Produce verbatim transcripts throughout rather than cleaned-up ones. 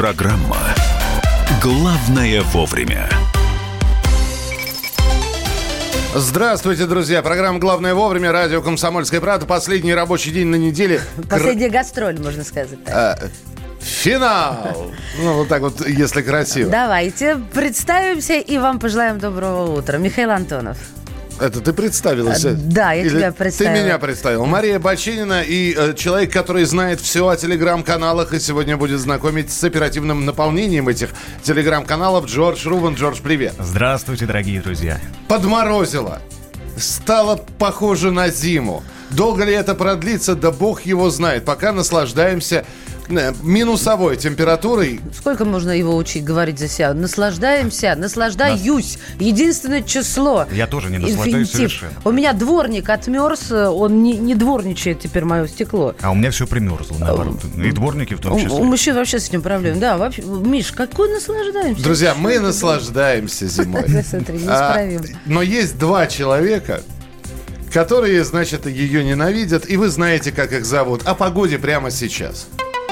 Программа «Главное вовремя». Здравствуйте, друзья. Программа «Главное вовремя», радио «Комсомольская правда». Последний рабочий день на неделе. Последняя гастроль, можно сказать так. А, финал. Ну, вот так вот, если красиво. Давайте представимся и вам пожелаем доброго утра. Михаил Антонов. Это ты представилась? А, да, я Или тебя представила. Ты меня представила. Мария Баченина и э, человек, который знает все о телеграм-каналах и сегодня будет знакомить с оперативным наполнением этих телеграм-каналов. Джордж Рубан. Джордж, привет. Здравствуйте, дорогие друзья. Подморозило. Стало похоже на зиму. Долго ли это продлится? Да бог его знает. Пока наслаждаемся минусовой температурой. Сколько можно его учить говорить за себя? Наслаждаемся, наслаждаюсь. Единственное число. Я тоже не наслаждаюсь Инфинитив. совершенно. У меня дворник отмерз, он не, не дворничает теперь мое стекло. А у меня все примерзло, наоборот. И дворники в том числе. У, у мужчин вообще с этим проблем. Да, вообще. Миш, какой наслаждаемся? Друзья, мы наслаждаемся зимой. Но есть два человека, которые, значит, ее ненавидят, и вы знаете, как их зовут. О погоде прямо сейчас.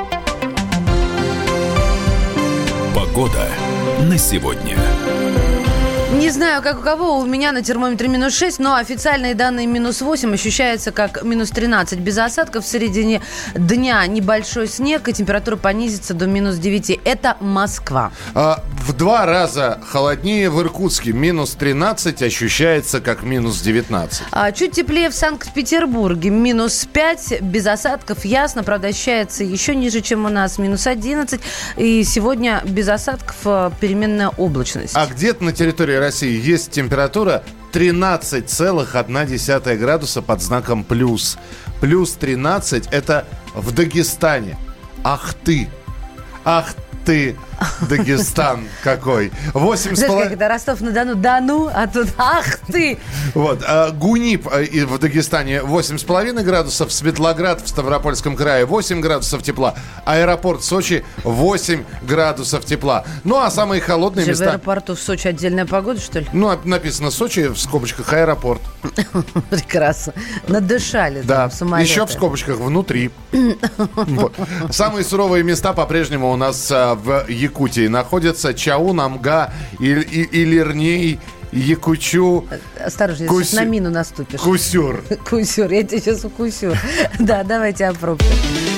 Погода на сегодня. Не знаю, как у кого, у меня на термометре минус шесть, но официальные данные минус восемь, ощущается как минус тринадцать. Без осадков в середине дня небольшой снег, и температура понизится до минус девять. Это Москва. А, в два раза холоднее в Иркутске. Минус тринадцать ощущается как минус девятнадцать. А, чуть теплее в Санкт-Петербурге. Минус пять, без осадков, ясно. Правда, ощущается еще ниже, чем у нас. Минус одиннадцать. И сегодня без осадков переменная облачность. А где-то на территории России есть температура тринадцать целых одна десятая градуса под знаком плюс. Плюс тринадцать это в Дагестане. Ах ты! Ах ты! Дагестан какой. Восемь с Знаешь, половиной... как это Ростов-на-Дону? Да ну, а тут ах ты! Вот. А, Гунип а, и в Дагестане восемь с половиной градусов. Светлоград в Ставропольском крае восемь градусов тепла. Аэропорт Сочи восемь градусов тепла. Ну, а самые холодные Же места... в аэропорту в Сочи отдельная погода, что ли? Ну, написано Сочи, в скобочках аэропорт. Прекрасно. Надышали Да, там самолеты. еще в скобочках внутри. Вот. Самые суровые места по-прежнему у нас а, в Якутии находятся. Чаун, Амга, Ил- И- Илирней, Якучу. Осторожно, Кусь- сейчас на мину наступишь. Кусюр. Кусюр, я тебя сейчас укусю. Да, давайте о пробках.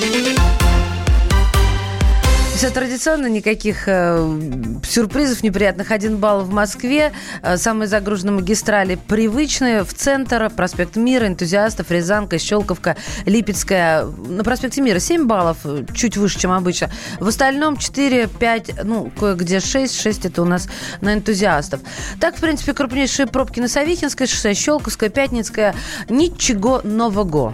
Все традиционно, никаких э, сюрпризов неприятных. Один балл в Москве. Э, самые загруженные магистрали привычные. В центр, проспект Мира, Энтузиастов, Рязанка, Щелковка, Липецкая. На проспекте Мира семь баллов, чуть выше, чем обычно. В остальном четыре, пять, ну, кое-где шесть. шесть это у нас на Энтузиастов. Так, в принципе, крупнейшие пробки на Савихинской шоссе, Щелковская, Пятницкая. Ничего нового.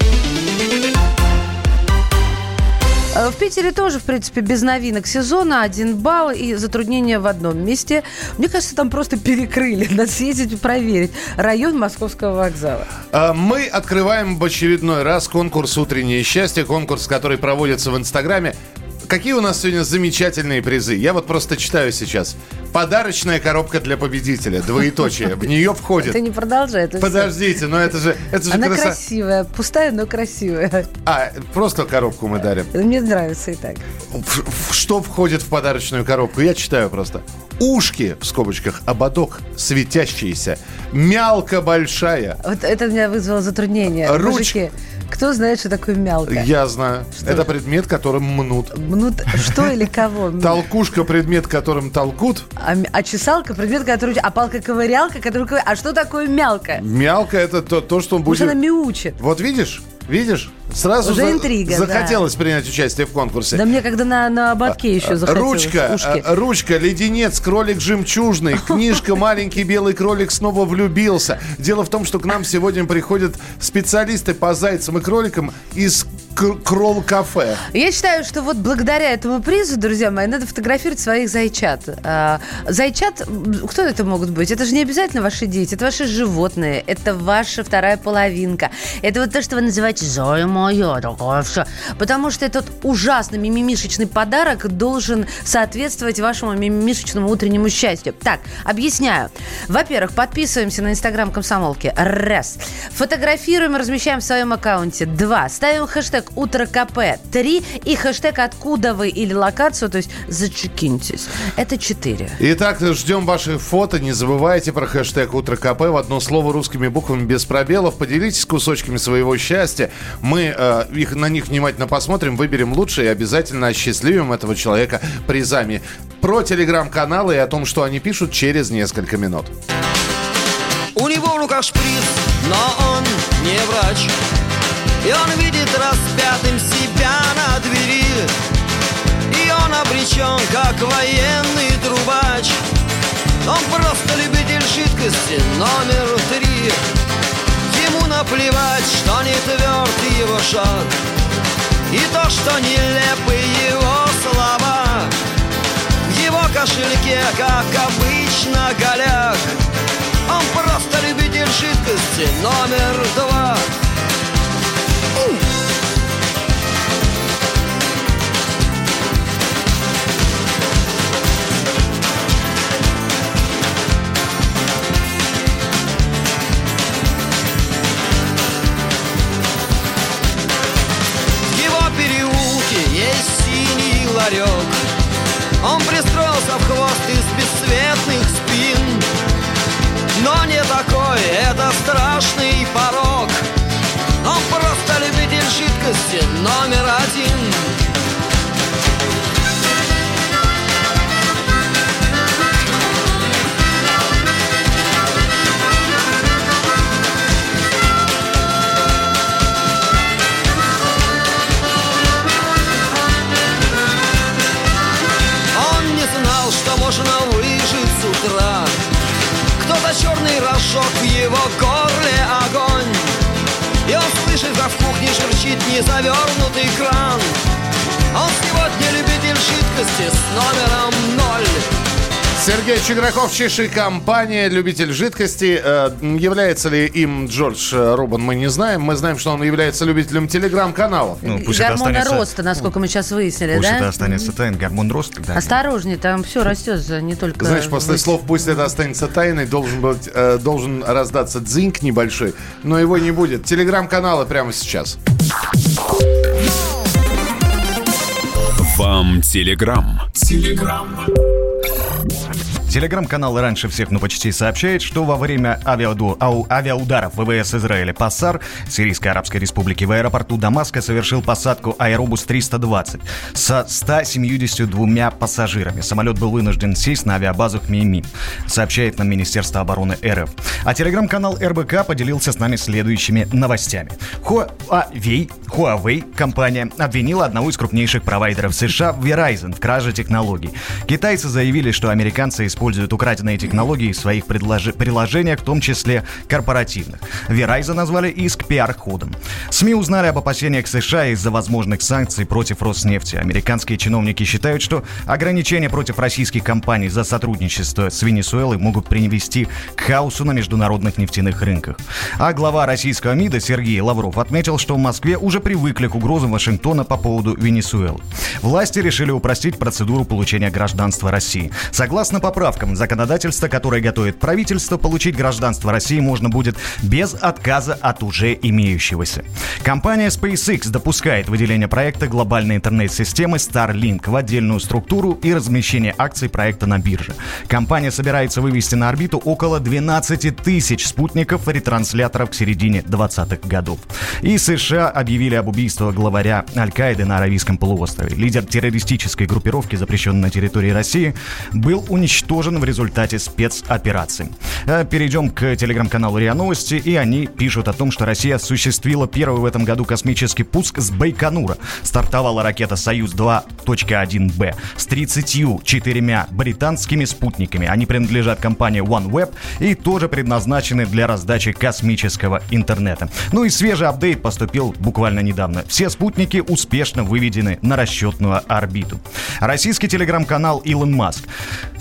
В Питере тоже, в принципе, без новинок сезона. Один балл и затруднения в одном месте. Мне кажется, там просто перекрыли. Надо съездить и проверить. Район Московского вокзала. Мы открываем в очередной раз конкурс «Утреннее счастье». Конкурс, который проводится в Инстаграме. Какие у нас сегодня замечательные призы. Я вот просто читаю сейчас. Подарочная коробка для победителя. Двоеточие. В нее входит... Ты не продолжай. Это Подождите, но это же... Это же Она красо... красивая. Пустая, но красивая. А, просто коробку мы дарим. Мне нравится и так. В- в- Что входит в подарочную коробку? Я читаю просто. Ушки, в скобочках, ободок светящийся. Мялка большая. Вот это меня вызвало затруднение. Руч- Мужики, кто знает, что такое мялка? Я знаю. Что Это же? предмет, которым мнут. Ну, что или кого? Толкушка, предмет, которым толкут. А, м- а чесалка, предмет, который... А палка-ковырялка, который... ковы- А что такое мялка? Мялка — это то, то, что он Потому будет... что она мяучит. Вот видишь? Видишь? Сразу Уже за- интрига, захотелось принять участие в конкурсе. Да мне когда на, на ободке еще захотелось. Ручка, ушки. а, ручка, леденец, кролик жемчужный, книжка «Маленький белый кролик снова влюбился». Дело в том, что к нам сегодня приходят специалисты по зайцам и кроликам из к- кролл-кафе. Я считаю, что вот благодаря этому призу, друзья мои, надо фотографировать своих зайчат. А, зайчат, м, кто это могут быть? Это же не обязательно ваши дети, это ваши животные, это ваша вторая половинка. Это вот то, что вы называете «Зоя моя», такое все. Потому что этот ужасный мимимишечный подарок должен соответствовать вашему мимимишечному утреннему счастью. Так, объясняю. Во-первых, подписываемся на инстаграм комсомолки. Раз. Фотографируем и размещаем в своем аккаунте. Два. Ставим хэштег «Утро КП» три и хэштег «Откуда вы» или локацию, то есть «Зачекиньтесь». Это четыре. Итак, ждем ваших фото. Не забывайте про хэштег «Утро КП» в одно слово русскими буквами без пробелов. Поделитесь кусочками своего счастья. Мы э, их, на них внимательно посмотрим, выберем лучшее и обязательно осчастливим этого человека призами. Про телеграм-каналы и о том, что они пишут, через несколько минут. У него в руках шприц, но он не врач. И он видит распятым себя на двери. И он обречен, как военный трубач. Он просто любитель жидкости номер три. Ему наплевать, что не тверд его шаг, и то, что нелепы его слова. В его кошельке, как обычно, голяк. Он просто любитель жидкости номер два. Ларек. Он пристроился в хвост из бесцветных спин. Но не такой, это страшный порок. Он просто любитель жидкости номер один. Можно выжить с утра. Кто-то черный рожок, в его горле огонь. И он слышит, как в кухне шурчит незавернутый кран. Он сегодня любитель жидкости с номером ноль. Сергей Чиграков, Чиж и компания, любитель жидкости. Является ли им Джордж Рубан, мы не знаем. Мы знаем, что он является любителем телеграм-каналов. Ну, пусть гормона останется... роста, насколько мы сейчас выяснили, пусть да? Пусть это останется тайной. Гормон роста. Да. Осторожней, там все растет, не только... Знаешь, после слов «пусть это останется тайной» должен, быть, э, должен раздаться дзиньк небольшой, но его не будет. Телеграм-каналы прямо сейчас. Вам телеграм. Телеграм. Телеграм-канал раньше всех, ну почти, сообщает, что во время авиаду... ау... авиаударов ВВС Израиля по САР, Сирийской Арабской Республики, в аэропорту Дамаска совершил посадку Аэробус триста двадцать со ста семьюдесятью двумя пассажирами. Самолет был вынужден сесть на авиабазу Хмеймим, сообщает нам Министерство обороны РФ. А телеграм-канал эр бэ ка поделился с нами следующими новостями. Huawei, Huawei компания обвинила одного из крупнейших провайдеров США Verizon в краже технологий. Китайцы заявили, что американцы используют используют украденные технологии в своих предлож... приложениях, в том числе корпоративных. Verizon назвали иск пиар-ходом. СМИ узнали об опасениях США из-за возможных санкций против Роснефти. Американские чиновники считают, что ограничения против российских компаний за сотрудничество с Венесуэлой могут привести к хаосу на международных нефтяных рынках. А глава российского МИДа Сергей Лавров отметил, что в Москве уже привыкли к угрозам Вашингтона по поводу Венесуэлы. Власти решили упростить процедуру получения гражданства России. Согласно поправкам законодательства, которое готовит правительство, получить гражданство России можно будет без отказа от уже имеющегося. Компания SpaceX допускает выделение проекта глобальной интернет-системы Starlink в отдельную структуру и размещение акций проекта на бирже. Компания собирается вывести на орбиту около двенадцать тысяч спутников-ретрансляторов к середине двадцатых годов. И США объявили об убийстве главаря Аль-Каиды на Аравийском полуострове. Лидер террористической группировки, запрещенной на территории России, был уничтожен в результате спецоперации. Перейдем к телеграм-каналу РИА Новости, и они пишут о том, что Россия осуществила первый в этом году космический пуск с Байконура. Стартовала ракета «Союз-два точка один бэ» с тридцатью четырьмя британскими спутниками. Они принадлежат компании OneWeb и тоже предназначены для раздачи космического интернета. Ну и свежий апдейт поступил буквально недавно. Все спутники успешно выведены на расчетную орбиту. Российский телеграм-канал Илон Маск снова спрятал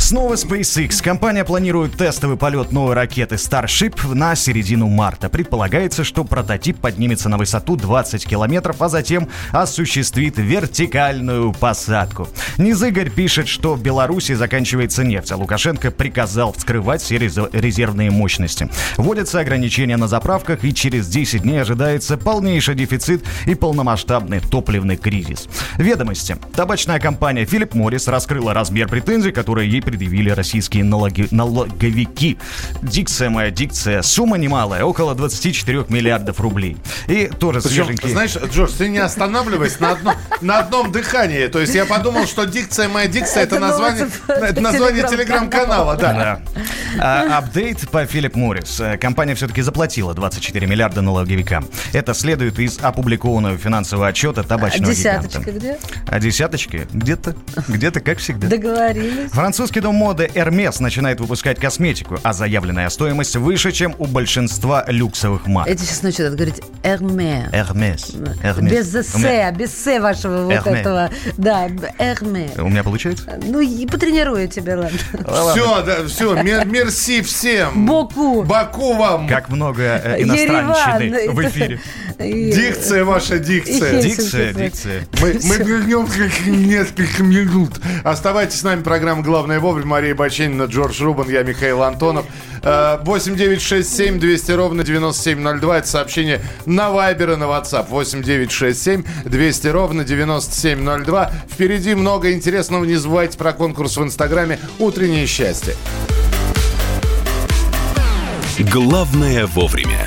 SpaceX. Компания планирует тестовый полет новой ракеты Starship на середину марта. Предполагается, что прототип поднимется на высоту двадцать километров, а затем осуществит вертикальную посадку. Низыгорь пишет, что в Беларуси заканчивается нефть, а Лукашенко приказал вскрывать все резервные мощности. Вводятся ограничения на заправках, и через десять дней ожидается полнейший дефицит и полномасштабный топливный кризис. Ведомости. Табачная компания Philip Morris раскрыла размер претензий, которые ей предъявили российские налоги... налоговики. Дикция моя, дикция. Сумма немалая, около двадцать четыре миллиардов рублей. И тоже Причем, свеженький... знаешь, Джордж, ты не останавливайся на одном, на одном дыхании. То есть я подумал, что дикция моя, дикция это, это название, это название телеграм-канала. Да. Да. А, апдейт по Philip Morris. Компания все-таки заплатила двадцать четыре миллиарда налоговикам. Это следует из опубликованного финансового отчета табачного гиганта. Десяточка где? А десяточки? Где-то. Где-то, как всегда. Договорились. Французский дом моды Hermès начинает выпускать косметику, а заявленная стоимость выше, чем у большинства люксовых марок. Эти сейчас начинают говорить Hermès. Hermès. Hermès. Без «с», без «с» вашего вот Hermès. этого. Да, Hermès. У меня получается? Ну, и потренирую тебя, ладно. Все, да, все, мер, мерси всем. Боку. Баку вам. Как много э, иностранщины Ереван. в эфире. Дикция ваша, дикция. Дикция, дикция. Мы, мы вернемся через несколько минут. Оставайтесь с нами. Программа «Главное вовремя». Мария Баченина, Джордж Рубан, я Михаил Антонов. восемь девятьсот шестьдесят семь двести ровно девяносто семь ноль два. Это сообщение на Вайбер и на WhatsApp. восемь девятьсот шестьдесят семь двести ровно девяносто семь ноль два. Впереди много интересного. Не забывайте про конкурс в Инстаграме «Утреннее счастье». Главное вовремя.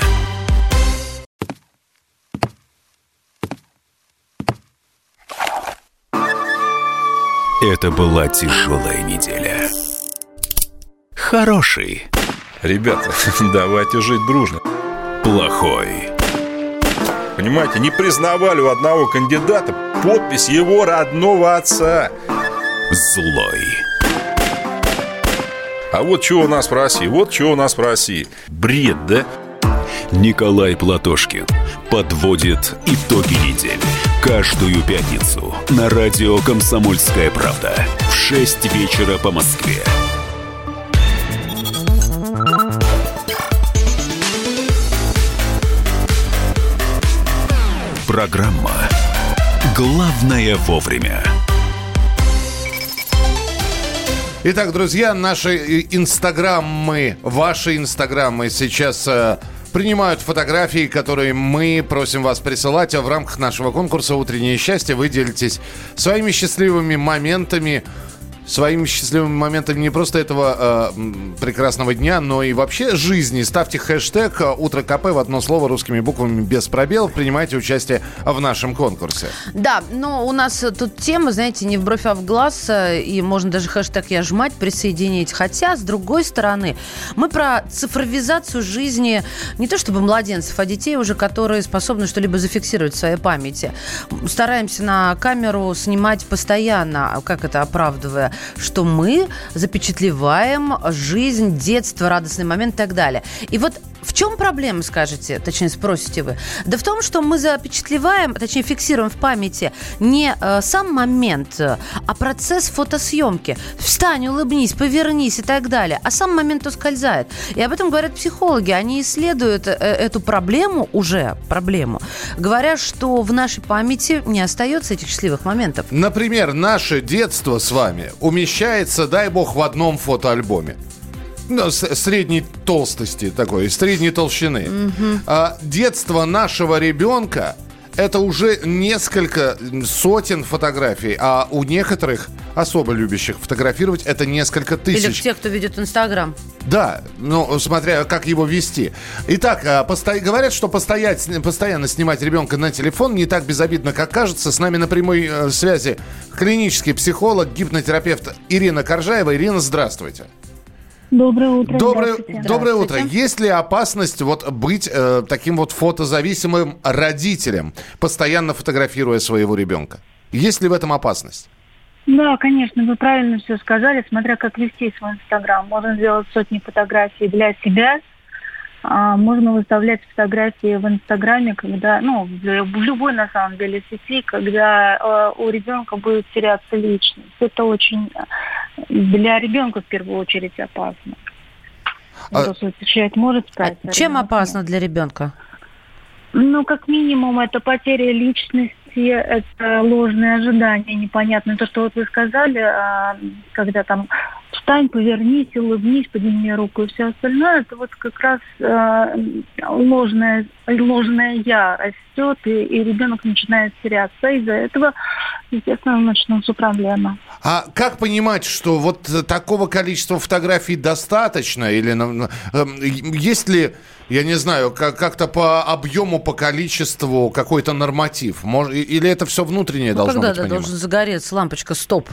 Это была тяжелая неделя. Хороший. Ребята, давайте жить дружно. Плохой. Понимаете, не признавали у одного кандидата подпись его родного отца. Злой. А вот что у нас в России, вот что у нас в России. Бред, да? Николай Платошкин подводит итоги недели. Каждую пятницу на радио «Комсомольская правда» в шесть вечера по Москве. Программа «Главное вовремя». Итак, друзья, наши инстаграммы, ваши инстаграммы сейчас э, принимают фотографии, которые мы просим вас присылать. А в рамках нашего конкурса «Утреннее счастье» вы делитесь своими счастливыми моментами, своими счастливыми моментами не просто этого э, прекрасного дня, но и вообще жизни. Ставьте хэштег «Утро КП» в одно слово русскими буквами без пробелов. Принимайте участие в нашем конкурсе. Да, но у нас тут тема, знаете, не в бровь, а в глаз. И можно даже хэштег «Я жмать» присоединить. Хотя, с другой стороны, мы про цифровизацию жизни не то чтобы младенцев, а детей уже, которые способны что-либо зафиксировать в своей памяти. Стараемся на камеру снимать постоянно, как это оправдывая, что мы запечатлеваем жизнь, детство, радостный момент и так далее. И вот в чем проблема, скажете, точнее спросите вы? Да в том, что мы запечатлеваем, точнее фиксируем в памяти не э, сам момент, а процесс фотосъемки. Встань, улыбнись, повернись и так далее. А сам момент ускользает. И об этом говорят психологи. Они исследуют э, эту проблему, уже проблему, говоря, что в нашей памяти не остается этих счастливых моментов. Например, наше детство с вами умещается, дай бог, в одном фотоальбоме. Ну, с- средней толстости такой, средней толщины. Mm-hmm. А, детство нашего ребенка — это уже несколько сотен фотографий, а у некоторых, особо любящих фотографировать, это несколько тысяч. Или те, кто ведет Инстаграм. Да, ну, смотря как его вести. Итак, посто... говорят, что постоять, постоянно снимать ребенка на телефон не так безобидно, как кажется. С нами на прямой э, связи клинический психолог, гипнотерапевт Ирина Коржаева. Ирина, здравствуйте. Доброе утро. Доброе, Здравствуйте. доброе утро. Есть ли опасность вот быть э, таким вот фотозависимым родителем, постоянно фотографируя своего ребенка? Есть ли в этом опасность? Да, конечно, вы правильно все сказали. Смотря как вести свой Инстаграм. Можно сделать сотни фотографий для себя, а, можно выставлять фотографии в Инстаграме, когда, ну, в, в любой, на самом деле, сети, когда а, у ребенка будет теряться личность. Это очень для ребенка в первую очередь опасно. А... Взрослый человек может справиться. А чем опасно для ребенка? Ну, как минимум, это потеря личности, это ложные ожидания, непонятно. То, что вот вы сказали, когда там встань, повернись, улыбнись, подними руку и все остальное, это вот как раз ложное, ложное «я» растет, и, и ребенок начинает теряться. Из-за этого, естественно, начнутся проблемы. А как понимать, что вот такого количества фотографий достаточно? Или есть ли, я не знаю, как-то по объему, по количеству какой-то норматив? Или это все внутреннее ну, должно когда быть? Когда должен загореться лампочка «Стоп»?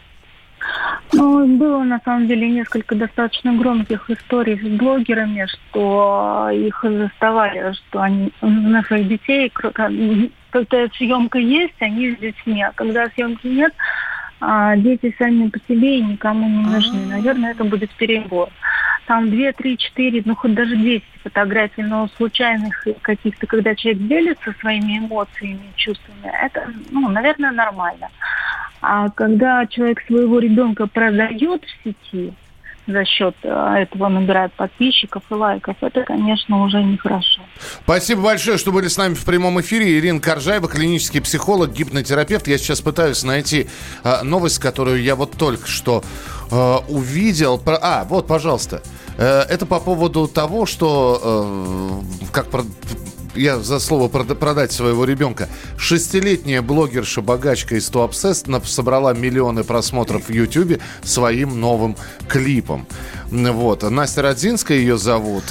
Ну, было, на самом деле, несколько достаточно громких историй с блогерами, что их заставали, что они на своих детей, когда съемка есть, они с детьми, а когда съемки нет, дети сами по себе и никому не нужны. Наверное, это будет перебор. Там две, три, четыре, ну хоть даже десять фотографий, но случайных каких-то, когда человек делится своими эмоциями, чувствами, это, ну, наверное, нормально. А когда человек своего ребенка продает в сети, за счет этого набирает подписчиков и лайков, это, конечно, уже нехорошо. Спасибо большое, что были с нами в прямом эфире. Ирина Коржаева, клинический психолог, гипнотерапевт. Я сейчас пытаюсь найти а, новость, которую я вот только что а, увидел. Про... А, вот, пожалуйста. А, это по поводу того, что... А, как про... Я за слово продать своего ребенка. Шестилетняя блогерша-богачка из Туапсе собрала миллионы просмотров в Ютьюбе своим новым клипом. Вот. Настя Родзинская ее зовут.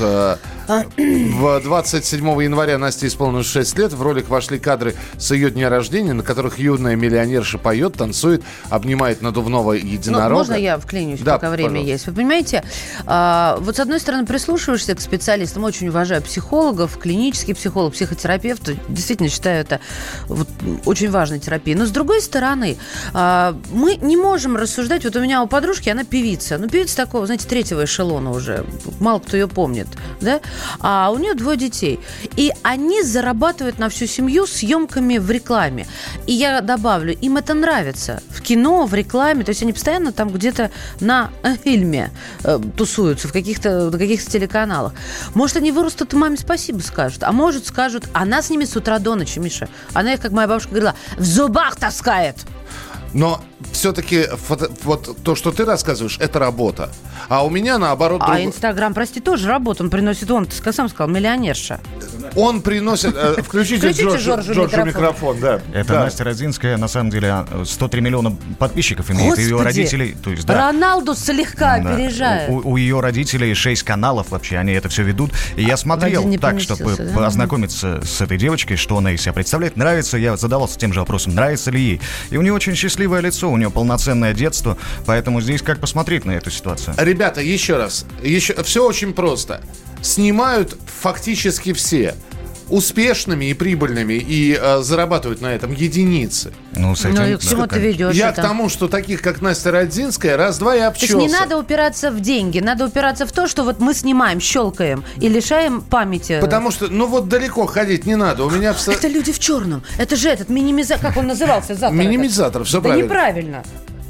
В двадцать седьмого января Насте исполнилось шесть лет. В ролик вошли кадры с ее дня рождения, на которых юная миллионерша поет, танцует, обнимает надувного единорога. Ну, можно я вклинюсь, да, пока время пожалуйста. Есть? Вы понимаете, а, вот с одной стороны прислушиваешься к специалистам, очень уважаю психологов, клинический психолог, психотерапевт, действительно считаю это вот, очень важной терапией. Но с другой стороны, а, мы не можем рассуждать, вот у меня у подружки, она певица, ну певица такого, знаете, третьего эшелона уже, мало кто ее помнит, да? А у нее двое детей. И они зарабатывают на всю семью съемками в рекламе. И я добавлю, им это нравится. В кино, в рекламе. То есть они постоянно там где-то на фильме э, тусуются, в каких-то, на каких-то телеканалах. Может, они вырастут и маме спасибо скажут. А может, скажут, она с ними с утра до ночи, Миша. Она их, как моя бабушка говорила, в зубах таскает. Но все-таки фото, вот то, что ты рассказываешь, это работа. А у меня наоборот... А друг... Инстаграм, прости, тоже работа. Он приносит, он, ты сам сказал, миллионерша. Он приносит... Э, включите, включите Джорджу, Джорджу, Джорджу микрофон. микрофон да. Это да. Настя Родзинская, на самом деле, сто три миллиона подписчиков имеет. Господи, ее родителей... То есть, да, Роналду слегка да, опережает. У, у ее родителей шесть каналов вообще, они это все ведут. И я смотрел так, чтобы да? ознакомиться с этой девочкой, что она из себя представляет. Нравится, я задавался тем же вопросом, нравится ли ей. И у нее очень счастливое лицо, у нее полноценное детство, поэтому здесь как посмотреть на эту ситуацию? Ребята, еще раз, еще, все очень просто. Снимают фактически все. Успешными и прибыльными, и э, зарабатывают на этом единицы. Ну, с этим, ну и к чему да, ты ведешь Я это? К тому, что таких, как Настя Родзинская, раз-два и обчелся. То есть не надо упираться в деньги, надо упираться в то, что вот мы снимаем, щелкаем и лишаем памяти. Потому что, ну вот далеко ходить не надо. У меня... В... Это люди в черном. Это же этот минимизатор, как он назывался? Завтра минимизатор, все да правильно. неправильно.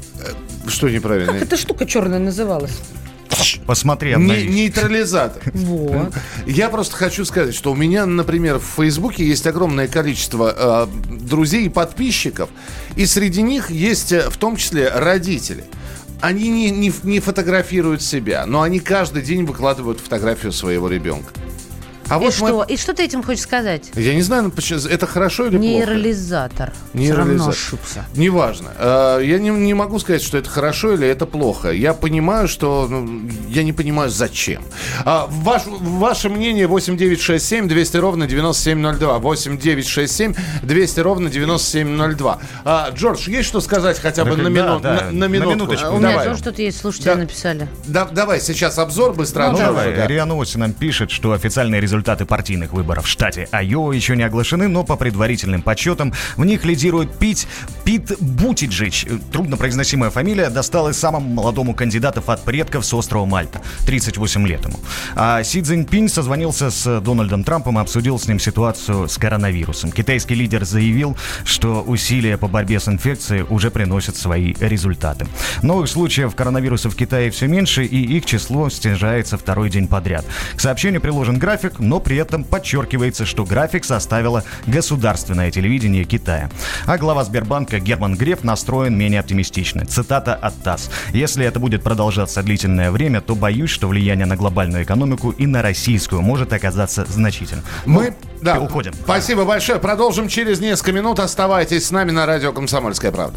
Что неправильно? Как эта штука черная называлась? Посмотри, Не, нейтрализатор. Вот. Я просто хочу сказать, что у меня, например, в Фейсбуке есть огромное количество э, друзей и подписчиков, и среди них есть в том числе родители. Они не, не, не фотографируют себя, но они каждый день выкладывают фотографию своего ребенка. А и вот что? мы... И что ты этим хочешь сказать? Я не знаю, это хорошо или Нейрализатор. плохо. Нейрализатор. Все равно Нейрализатор. ошибся. Неважно. Я не, не могу сказать, что это хорошо или это плохо. Я понимаю, что... Ну, я не понимаю, зачем. А, ваш, ваше мнение восемь девятьсот шестьдесят семь двести ровно девяносто семь ноль два. восемь девятьсот шестьдесят семь двести ровно девяносто семь ноль два. А, Джордж, есть что сказать хотя бы да, на, мину... да, да. на, на минутку? На минуточку. У Давай. меня тоже что-то есть, слушатели да, написали. Да, давай, сейчас обзор быстро. Ну, Джорджа, давай. да. РИА Новости нам пишет, что официальные результаты результаты партийных выборов в штате Айова еще не оглашены, но по предварительным подсчетам в них лидирует Пит, Пит Бутиджич. Труднопроизносимая фамилия досталась самому молодому кандидату от предков с острова Мальта. тридцать восемь лет ему. А Си Цзиньпинь созвонился с Дональдом Трампом и обсудил с ним ситуацию с коронавирусом. Китайский лидер заявил, что усилия по борьбе с инфекцией уже приносят свои результаты. Новых случаев коронавируса в Китае все меньше, и их число снижается второй день подряд. К сообщению приложен график, но при этом подчеркивается, что график составило государственное телевидение Китая. А глава Сбербанка Герман Греф настроен менее оптимистично. Цитата от ТАСС. «Если это будет продолжаться длительное время, то боюсь, что влияние на глобальную экономику и на российскую может оказаться значительным». Мы да, уходим. Спасибо большое. Продолжим через несколько минут. Оставайтесь с нами на радио «Комсомольская правда».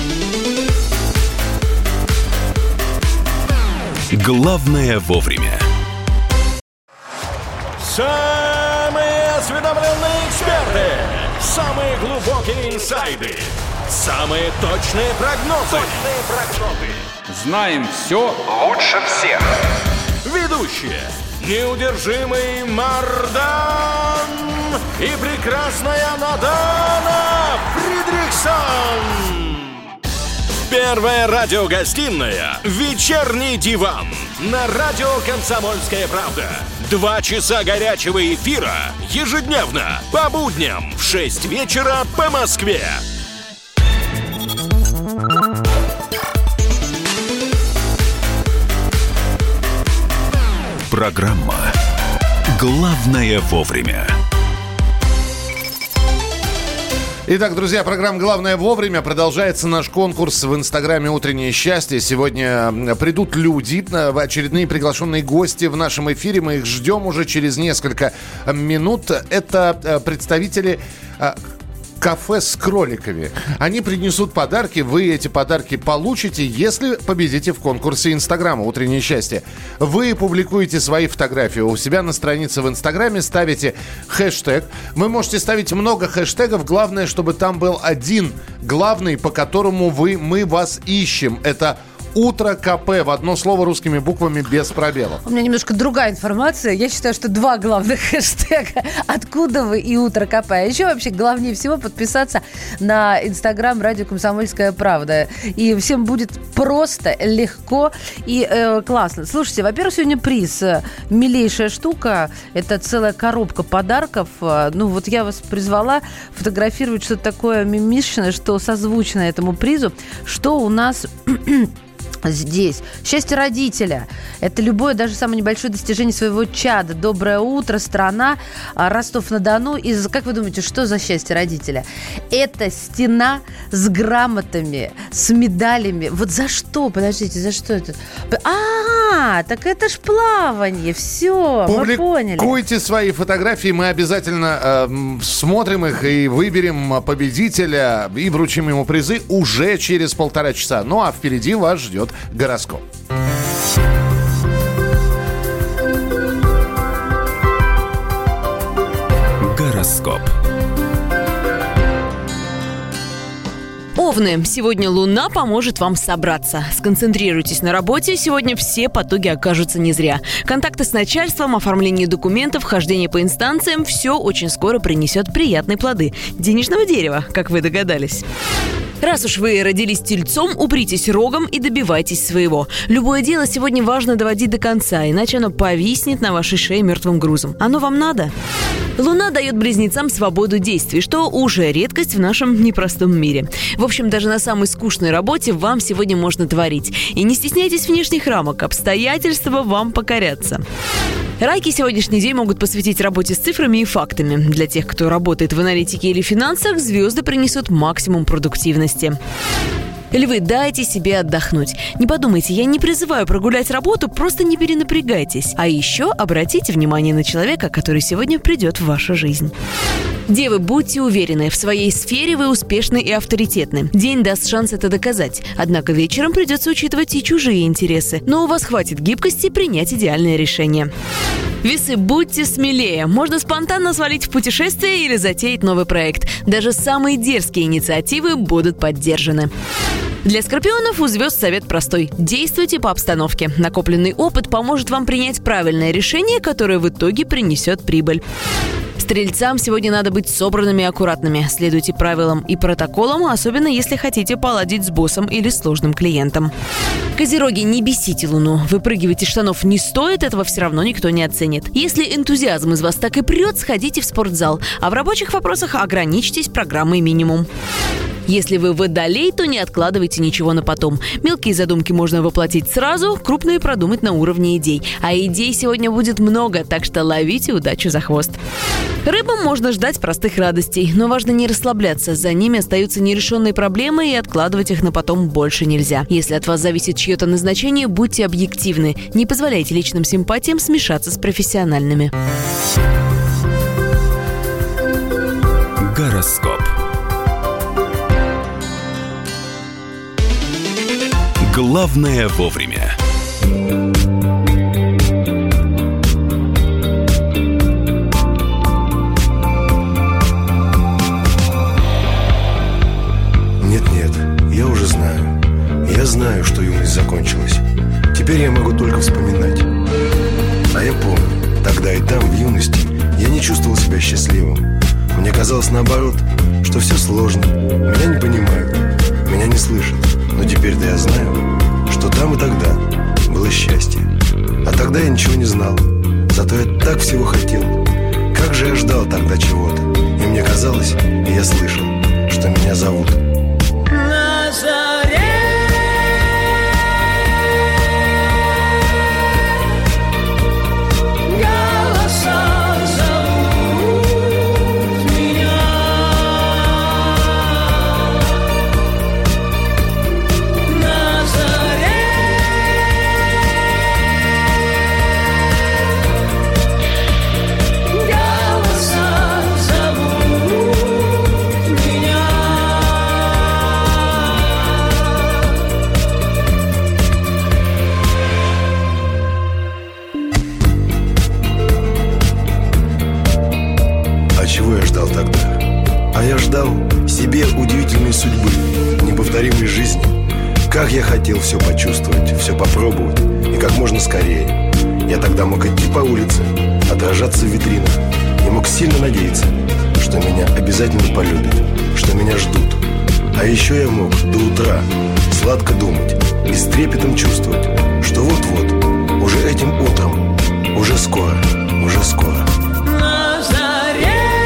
Главное вовремя. Самые осведомленные эксперты, самые глубокие инсайды, самые точные прогнозы. Точные прогнозы. Знаем все лучше всех. Ведущие: неудержимый Мардан и прекрасная Надана Фридрихсон. Первая радиогостинная «Вечерний диван» на радио «Комсомольская правда». Два часа горячего эфира ежедневно по будням в шесть вечера по Москве. Программа «Главное вовремя». Итак, друзья, программа «Главное вовремя». Продолжается наш конкурс в Инстаграме «Утреннее счастье». Сегодня придут люди, очередные приглашенные гости в нашем эфире. Мы их ждем уже через несколько минут. Это представители кафе с кроликами. Они принесут подарки. Вы эти подарки получите, если победите в конкурсе Инстаграма «Утреннее счастье». Вы публикуете свои фотографии у себя на странице в Инстаграме, ставите хэштег. Вы можете ставить много хэштегов. Главное, чтобы там был один главный, по которому вы, мы вас ищем. Это «Утро КП» в одно слово русскими буквами без пробелов. У меня немножко другая информация. Я считаю, что два главных хэштега «Откуда вы» и «Утро КП». А еще вообще главнее всего подписаться на Инстаграм «Радио Комсомольская правда». И всем будет просто, легко и э, классно. Слушайте, во-первых, сегодня приз. Милейшая штука. Это целая коробка подарков. Ну вот я вас призвала фотографировать что-то такое мимишное, что созвучно этому призу. Что у нас... здесь. Счастье родителя. Это любое, даже самое небольшое достижение своего чада. Доброе утро, страна. Ростов-на-Дону. И как вы думаете, что за счастье родителя? Это стена с грамотами, с медалями. Вот за что? Подождите, за что это? А, так это ж плавание. Все, мы поняли. Публикуйте свои фотографии. Мы обязательно э, смотрим их и выберем победителя и вручим ему призы уже через полтора часа. Ну, а впереди вас ждет гороскоп. Гороскоп. Овны, сегодня Луна поможет вам собраться. Сконцентрируйтесь на работе, сегодня все потуги окажутся не зря. Контакты с начальством, оформление документов, хождение по инстанциям – все очень скоро принесет приятные плоды. Денежного дерева, как вы догадались. Раз уж вы родились тельцом, упритесь рогом и добивайтесь своего. Любое дело сегодня важно доводить до конца, иначе оно повиснет на вашей шее мертвым грузом. Оно вам надо? Луна дает близнецам свободу действий, что уже редкость в нашем непростом мире. В общем, даже на самой скучной работе вам сегодня можно творить. И не стесняйтесь внешних рамок, обстоятельства вам покорятся. Раки сегодняшний день могут посвятить работе с цифрами и фактами. Для тех, кто работает в аналитике или финансах, звезды принесут максимум продуктивности. Львы, дайте себе отдохнуть. Не подумайте, я не призываю прогулять работу, просто не перенапрягайтесь. А еще обратите внимание на человека, который сегодня придет в вашу жизнь. Девы, будьте уверены, в своей сфере вы успешны и авторитетны. День даст шанс это доказать. Однако вечером придется учитывать и чужие интересы. Но у вас хватит гибкости принять идеальное решение. Весы, будьте смелее. Можно спонтанно свалить в путешествие или затеять новый проект. Даже самые дерзкие инициативы будут поддержаны. Для скорпионов у звезд совет простой. Действуйте по обстановке. Накопленный опыт поможет вам принять правильное решение, которое в итоге принесет прибыль. Стрельцам сегодня надо быть собранными и аккуратными. Следуйте правилам и протоколам, особенно если хотите поладить с боссом или сложным клиентом. Козероги, не бесите Луну. Выпрыгивать из штанов не стоит, этого все равно никто не оценит. Если энтузиазм из вас так и прет, сходите в спортзал. А в рабочих вопросах ограничьтесь программой минимум. Если вы водолей, то не откладывайте ничего на потом. Мелкие задумки можно воплотить сразу, крупные продумать на уровне идей. А идей сегодня будет много, так что ловите удачу за хвост. Рыбам можно ждать простых радостей, но важно не расслабляться. За ними остаются нерешенные проблемы, и откладывать их на потом больше нельзя. Если от вас зависит чье-то назначение, будьте объективны. Не позволяйте личным симпатиям смешаться с профессиональными. Гороскоп. Главное вовремя. Нет-нет, я уже знаю. Я знаю, что юность закончилась. Теперь я могу только вспоминать. А я помню, тогда и там, в юности, я не чувствовал себя счастливым. Мне казалось наоборот, что все сложно. Меня не понимают, меня не слышат. Но теперь-то я знаю, что там и тогда было счастье. А тогда я ничего не знал. Зато я так всего хотел. Как же я ждал тогда чего-то. И мне казалось, и я слышал, что меня зовут. На заре голоса зовут меня. На заре голоса зовут меня. А чего я ждал тогда? А я ждал себе удивительной судьбы, неповторимой жизни. Как я хотел все почувствовать, все попробовать, и как можно скорее. Я тогда мог идти по улице, отражаться в витринах, и мог сильно надеяться, что меня обязательно полюбят, что меня ждут. А еще я мог до утра сладко думать и с трепетом чувствовать, что вот-вот, уже этим утром, уже скоро, уже скоро. На заре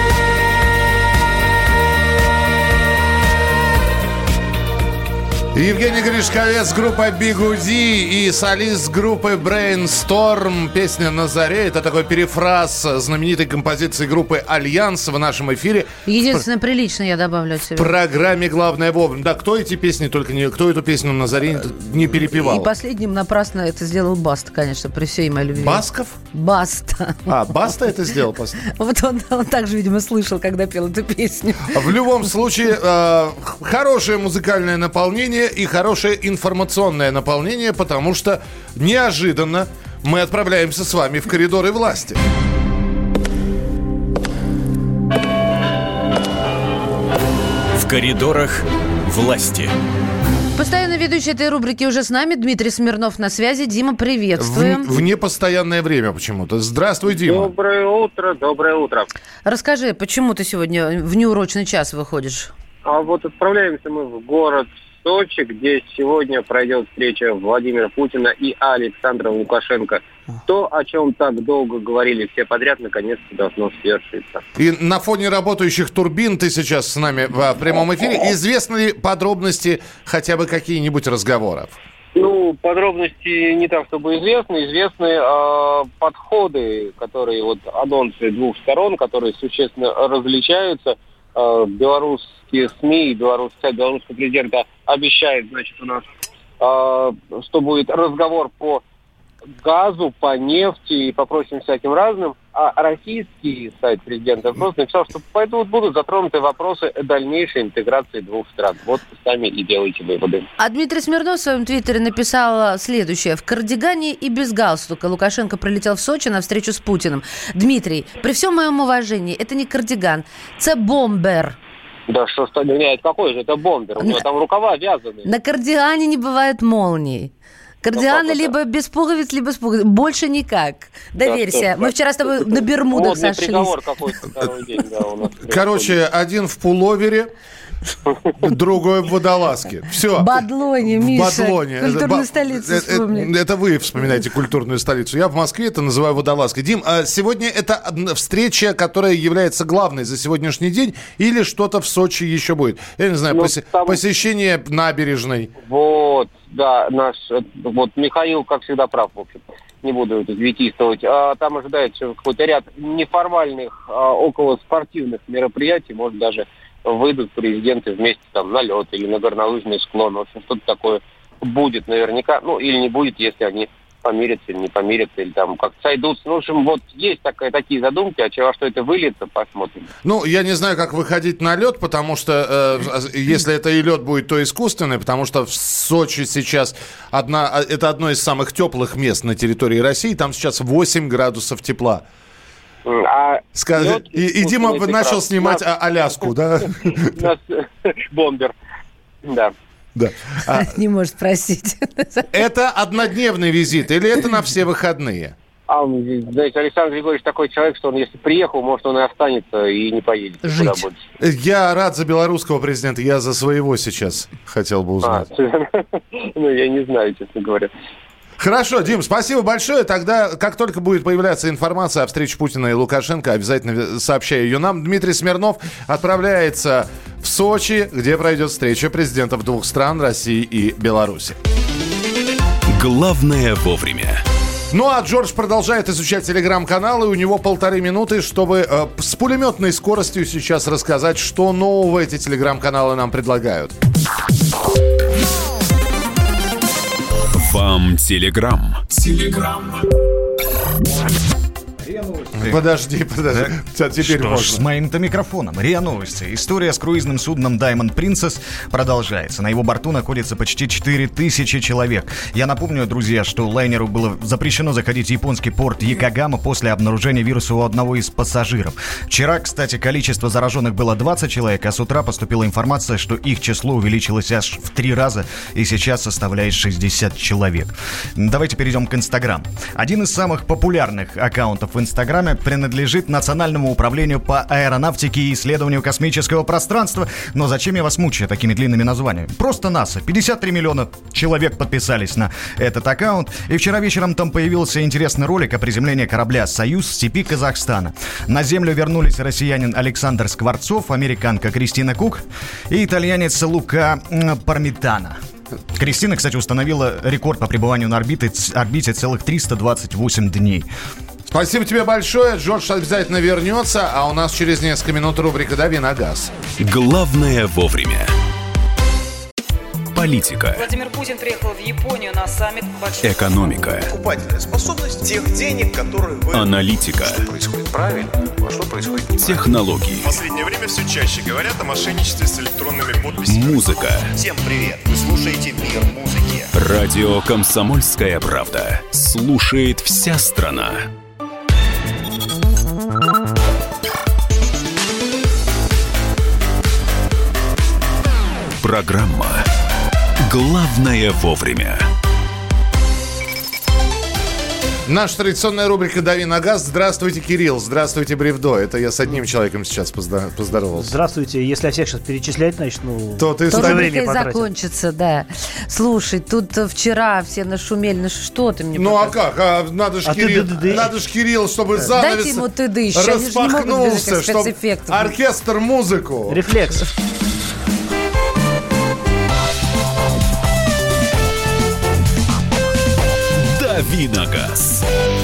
Евгений Гришковец, группа Бигуди и солист группы Brainstorm. Песня «На заре» — это такой перефраз знаменитой композиции группы «Альянс» в нашем эфире. Единственное, прилично, я добавлю от себя. В программе «Главное вовремя». Да, кто эти песни, только не... Кто эту песню «На заре» не перепевал? И последним напрасно это сделал Баста, конечно, при всей моей любви. Басков? Баста. А, Баста это сделал? Вот он, он также, видимо, слышал, когда пел эту песню. В любом случае, э, хорошее музыкальное наполнение и хорошее информационное наполнение, потому что неожиданно мы отправляемся с вами в коридоры власти. В коридорах власти. Постоянно ведущий этой рубрики уже с нами. Дмитрий Смирнов на связи. Дима, приветствуем. В, в непостоянное время почему-то. Здравствуй, Дима. Доброе утро, доброе утро. Расскажи, почему ты сегодня в неурочный час выходишь? А вот отправляемся мы в город Сочи, где сегодня пройдет встреча Владимира Путина и Александра Лукашенко. То, о чем так долго говорили все подряд, наконец-то должно свершиться. И на фоне работающих турбин ты сейчас с нами в прямом эфире. Известны ли подробности хотя бы какие-нибудь разговоров? Ну, подробности не так, чтобы известны. Известны э, подходы, которые, вот, анонсы двух сторон, которые существенно различаются. Э, белорусские СМИ и белорусский сайт белорусского президента обещает, значит, у нас, э, что будет разговор по газу, по нефти и по прочим всяким разным, а российский сайт президента просто написал, что поэтому будут затронуты вопросы дальнейшей интеграции двух стран. Вот сами и делайте выводы. А Дмитрий Смирнов в своем твиттере написал следующее. В кардигане и без галстука Лукашенко прилетел в Сочи на встречу с Путиным. Дмитрий, при всем моем уважении, это не кардиган, это бомбер. Да что, что, нет, какой же это бомбер? У него там рукава вязаны. На кардигане не бывает молний. Кардиганы ну, либо без пуговиц, либо с пуговиц. Больше никак. Доверься. Да, Мы вчера с тобой на Бермудах Модный сошлись. приговор какой-то второй день, да, у нас. Короче, один в пуловере, другой в водолазке. Все. Бадлоне, Миша. Бадлоне. Культурную это, столицу это, вспомни. Это, это вы вспоминаете культурную столицу. Я в Москве это называю водолазкой. Дим, а сегодня это встреча, которая является главной за сегодняшний день, или что-то в Сочи еще будет? Я не знаю, ну, посе- там... посещение набережной. Вот, да, наш, вот Михаил, как всегда, прав, в общем. Не буду это витийствовать. А, там ожидается какой-то ряд неформальных, а, около спортивных мероприятий, может, даже выйдут президенты вместе там на лед или на горнолыжный склон. В общем, что-то такое будет наверняка. Ну, или не будет, если они помирятся или не помирятся, или там как-то сойдутся. Ну, в общем, вот есть такая, такие задумки, а во что это выльется, посмотрим. Ну, я не знаю, как выходить на лед, потому что э, если это и лед будет, то искусственный, потому что в Сочи сейчас одна, это одно из самых теплых мест на территории России, там сейчас восемь градусов тепла. А Сказ... и, и Дима начал снимать нас... Аляску, да? Нас бомбер, да. Да. А, не может просить. Это однодневный визит или это на все выходные? А, знаете, Александр Григорьевич такой человек, что он, если приехал, может, он и останется и не поедет. Жить. Я рад за белорусского президента, я за своего сейчас хотел бы узнать. А, ну, я не знаю, честно говоря. Хорошо, Дим, спасибо большое. Тогда, как только будет появляться информация о встрече Путина и Лукашенко, обязательно сообщаю ее нам. Дмитрий Смирнов отправляется в Сочи, где пройдет встреча президентов двух стран, России и Беларуси. Главное вовремя. Ну а Джордж продолжает изучать телеграм-каналы. У него полторы минуты, чтобы э, с пулеметной скоростью сейчас рассказать, что нового эти телеграм-каналы нам предлагают. Вам телеграм. Телеграм. Подожди, подожди. Да? Теперь Что можно. ж, с моим-то микрофоном. РИА Новости. История с круизным судном Diamond Princess продолжается. На его борту находится почти четыре тысячи человек. Я напомню, друзья, что лайнеру было запрещено заходить в японский порт Якогама после обнаружения вируса у одного из пассажиров. Вчера, кстати, количество зараженных было двадцать человек, а с утра поступила информация, что их число увеличилось аж в три раза и сейчас составляет шестьдесят человек. Давайте перейдем к Инстаграм. Один из самых популярных аккаунтов в Инстаграме принадлежит Национальному управлению по аэронавтике и исследованию космического пространства. Но зачем я вас мучаю такими длинными названиями? Просто НАСА. пятьдесят три миллиона человек подписались на этот аккаунт. И вчера вечером там появился интересный ролик о приземлении корабля «Союз» в степи Казахстана. На Землю вернулись россиянин Александр Скворцов, американка Кристина Кук и итальянец Лука Пармитано. Кристина, кстати, установила рекорд по пребыванию на орбите, орбите целых триста двадцать восемь дней. Спасибо тебе большое. Джордж обязательно вернется, а у нас через несколько минут рубрика «Дави на газ». Главное вовремя. Политика. Владимир Путин приехал в Японию на саммит большой... Экономика. Покупательная способность тех денег, которые вы... Аналитика. Что происходит правильно, а что происходит неправильно. Технологии. В последнее время все чаще говорят о мошенничестве с электронными подписями. Музыка. Всем привет. Вы слушаете «Мир музыки». Радио «Комсомольская правда». Слушает вся страна. Программа «Главное вовремя». Наша традиционная рубрика «Дави на газ». Здравствуйте, Кирилл. Здравствуйте, Бревдо. Это я с одним человеком сейчас поздоровался. Здравствуйте. Если я всех сейчас перечислять начну, то ты то время и закончится, да. Слушай, тут вчера все нашумели. Ну что ты мне Ну показал? а как? А, надо ж а Кирилл, надо ж Кирилл, чтобы занавес Дайте ему ты дышь. распахнулся, чтобы оркестр музыку. Рефлекс. «Дави на газ».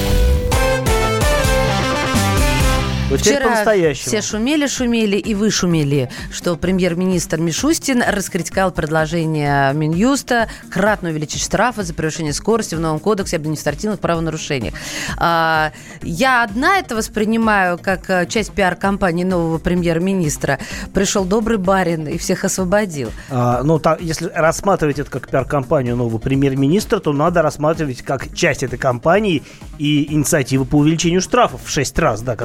Вчера все шумели-шумели, и вы шумели, что премьер-министр Мишустин раскритиковал предложение Минюста кратно увеличить штрафы за превышение скорости в новом кодексе об административных правонарушениях. Я одна это воспринимаю как часть пиар-компании нового премьер-министра. Пришел добрый барин и всех освободил. А, ну, так, если рассматривать это как пиар-компанию нового премьер-министра, то надо рассматривать как часть этой компании и инициативы по увеличению штрафов в шесть раз, да, которые Конечно,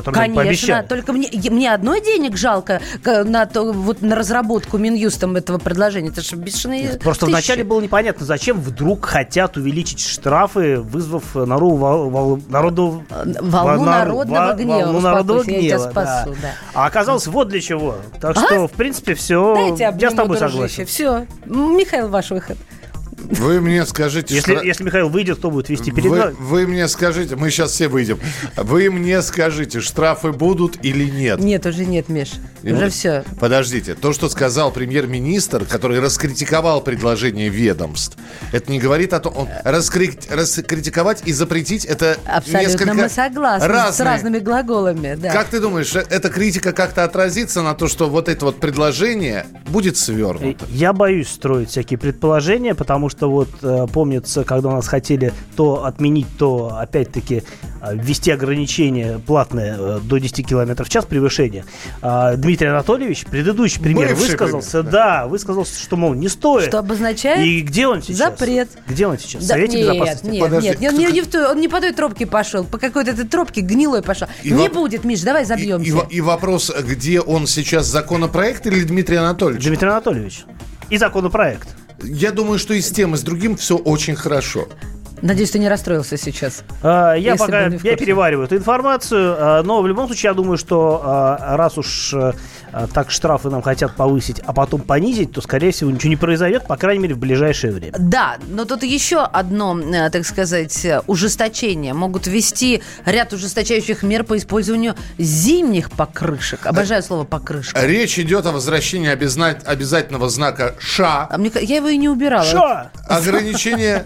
Конечно. Только мне, мне одной денег жалко на, то, вот, на разработку Минюстом этого предложения. Это же бешеные Просто тысячи. вначале было непонятно, зачем вдруг хотят увеличить штрафы, вызвав нару, вол, вол, народу, волну нар, народного во, гнева. Волну народного гнева, гнева, спасу, да. да. А оказалось, вот для чего. Так а? что, в принципе, все. Дайте я с тобой дружище. согласен. Все. Михаил, ваш выход. Вы мне скажите... Если, штра... если Михаил выйдет, кто будет вести передачу? Вы, вы мне скажите, мы сейчас все выйдем. Вы мне скажите, штрафы будут или нет? Нет, уже нет, Миш. И уже вот, все. Подождите. То, что сказал премьер-министр, который раскритиковал предложение ведомств, это не говорит о том... Он раскри... раскритиковать и запретить это абсолютно несколько мы согласны разные. С разными глаголами. Да. Как ты думаешь, эта критика как-то отразится на то, что вот это вот предложение будет свернуто? Я боюсь строить всякие предположения, потому что вот э, помнится, когда у нас хотели то отменить, то опять-таки э, ввести ограничение платное э, до десяти километров в час превышения. Э, Дмитрий Анатольевич, предыдущий премьер, Бывший высказался, премьер, да. да, высказался, что, мол, не стоит. Что обозначает? И где он сейчас? Запрет. Где он сейчас? В да, Совете нет, Безопасности? Нет, Подожди, нет, кто... не, не в ту, он не по той тропке пошел, по какой-то этой тропке гнилой пошел. И не воп... будет, Миш, давай забьемся. И, и, и вопрос, где он сейчас, законопроект или Дмитрий Анатольевич? Дмитрий Анатольевич. И законопроект. Я думаю, что и с тем, и с другим все очень хорошо. Надеюсь, ты не расстроился сейчас. А, я пока я перевариваю эту информацию, а, но в любом случае я думаю, что а, раз уж а, так штрафы нам хотят повысить, а потом понизить, то, скорее всего, ничего не произойдет, по крайней мере, в ближайшее время. Да, но тут еще одно, так сказать, ужесточение. Могут ввести ряд ужесточающих мер по использованию зимних покрышек. Обожаю слово покрышка. Речь идет о возвращении обязна... обязательного знака «Ша». А мне... Я его и не убирала. Ша! Ограничение...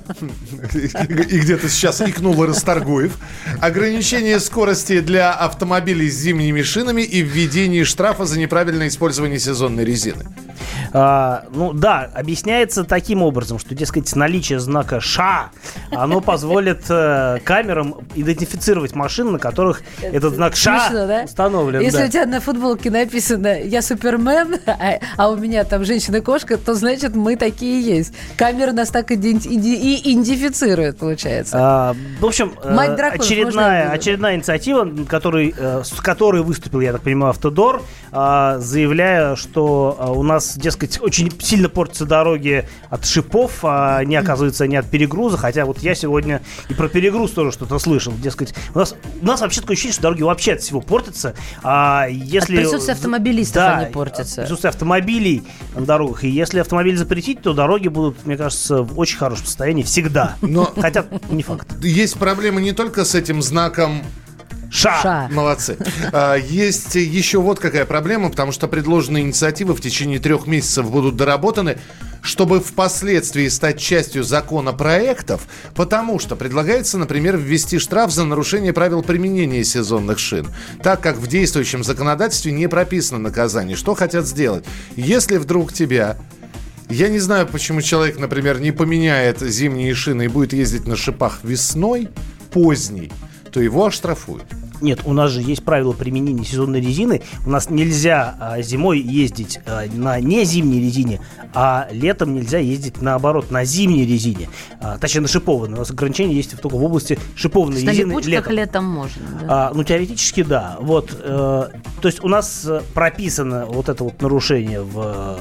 И где-то сейчас икнул Расторгуев. Ограничение скорости для автомобилей с зимними шинами и введение штрафа за неправильное использование сезонной резины. А, ну да, объясняется таким образом, что, дескать, наличие знака «Ша», оно позволит э, камерам идентифицировать машины, на которых этот знак «Ша» смешно, да? установлен. Если да. у тебя на футболке написано «Я Супермен», а, а у меня там женщина-кошка, то значит мы такие есть. Камера нас так иденти- и идентифицирует, получается. А, в общем, Мать драконов, очередная, очередная инициатива, который, э, с которой выступил, я так понимаю, Автодор, э, заявляя, что э, у нас, дескать, очень сильно портятся дороги от шипов, а не, оказывается, не от перегруза. Хотя вот я сегодня и про перегруз тоже что-то слышал. Дескать, у нас, у нас вообще такое ощущение, что дороги вообще от всего портятся. А если... От присутствия автомобилистов да, они портятся. От присутствия автомобилей на дорогах. И если автомобиль запретить, то дороги будут, мне кажется, в очень хорошем состоянии всегда. Но... Хотя не факт. Есть проблемы не только с этим знаком Ша. Ша. Молодцы. А, есть еще вот какая проблема, потому что предложенные инициативы в течение трех месяцев будут доработаны, чтобы впоследствии стать частью законопроектов, потому что предлагается, например, ввести штраф за нарушение правил применения сезонных шин, так как в действующем законодательстве не прописано наказание. Что хотят сделать? Если вдруг тебя... Я не знаю, почему человек, например, не поменяет зимние шины и будет ездить на шипах весной, поздней, то его оштрафуют. Нет, у нас же есть правила применения сезонной резины. У нас нельзя а, зимой ездить а, на не зимней резине, а летом нельзя ездить, наоборот, на зимней резине. А, точнее, на шипованной. У нас ограничения есть только в области шипованной резины. На липучках летом, летом можно. Да? А, ну, теоретически, да. Вот, э, то есть у нас прописано вот это вот нарушение в,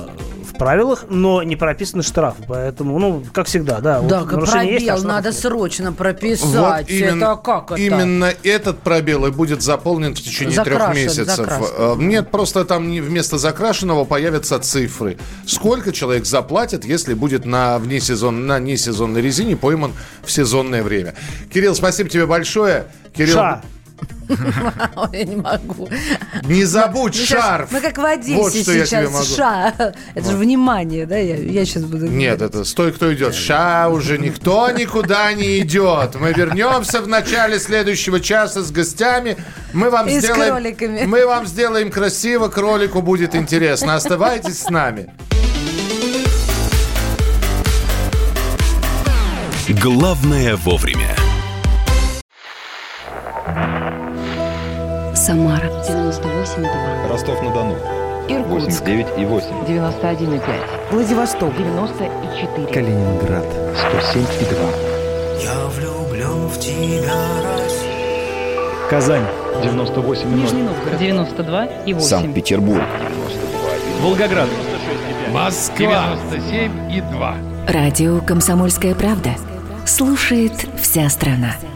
в правилах, но не прописаны штрафы. Поэтому, ну, как всегда, да. Да, вот как пробел есть, а надо срочно прописать. Вот именно, это как это? Именно этот пробел и будет заполнен в течение трех месяцев. Закрашен. Нет, просто там вместо закрашенного появятся цифры. Сколько человек заплатит, если будет на, внесезон, на несезонной резине пойман в сезонное время. Кирилл, спасибо тебе большое. Кирилл... Ша. Я не могу. Не забудь мы шарф. Сейчас, мы как в Одессе вот что сейчас. Я тебе могу. Ша. Это вот. Же внимание, да? Я, я сейчас буду... Нет, это стой, кто идет. Ша, уже никто никуда не идет. Мы вернемся в начале следующего часа с гостями. Мы вам и сделаем... с кроликами. Мы вам сделаем красиво, кролику будет интересно. Оставайтесь с нами. Главное вовремя. Самара девяносто восемь и два. Ростов-на-Дону Иркутск восемьдесят девять и восемь. девяносто один и пять. Владивосток девяносто и четыре. Калининград сто семь и два. Я влюблен в тебя, Россия. Казань девяносто восемь и Нижний Новгород девяносто два и восемь. Санкт-Петербург. Волгоград. Москва. девяносто семь и два. Радио «Комсомольская правда». Слушает вся страна.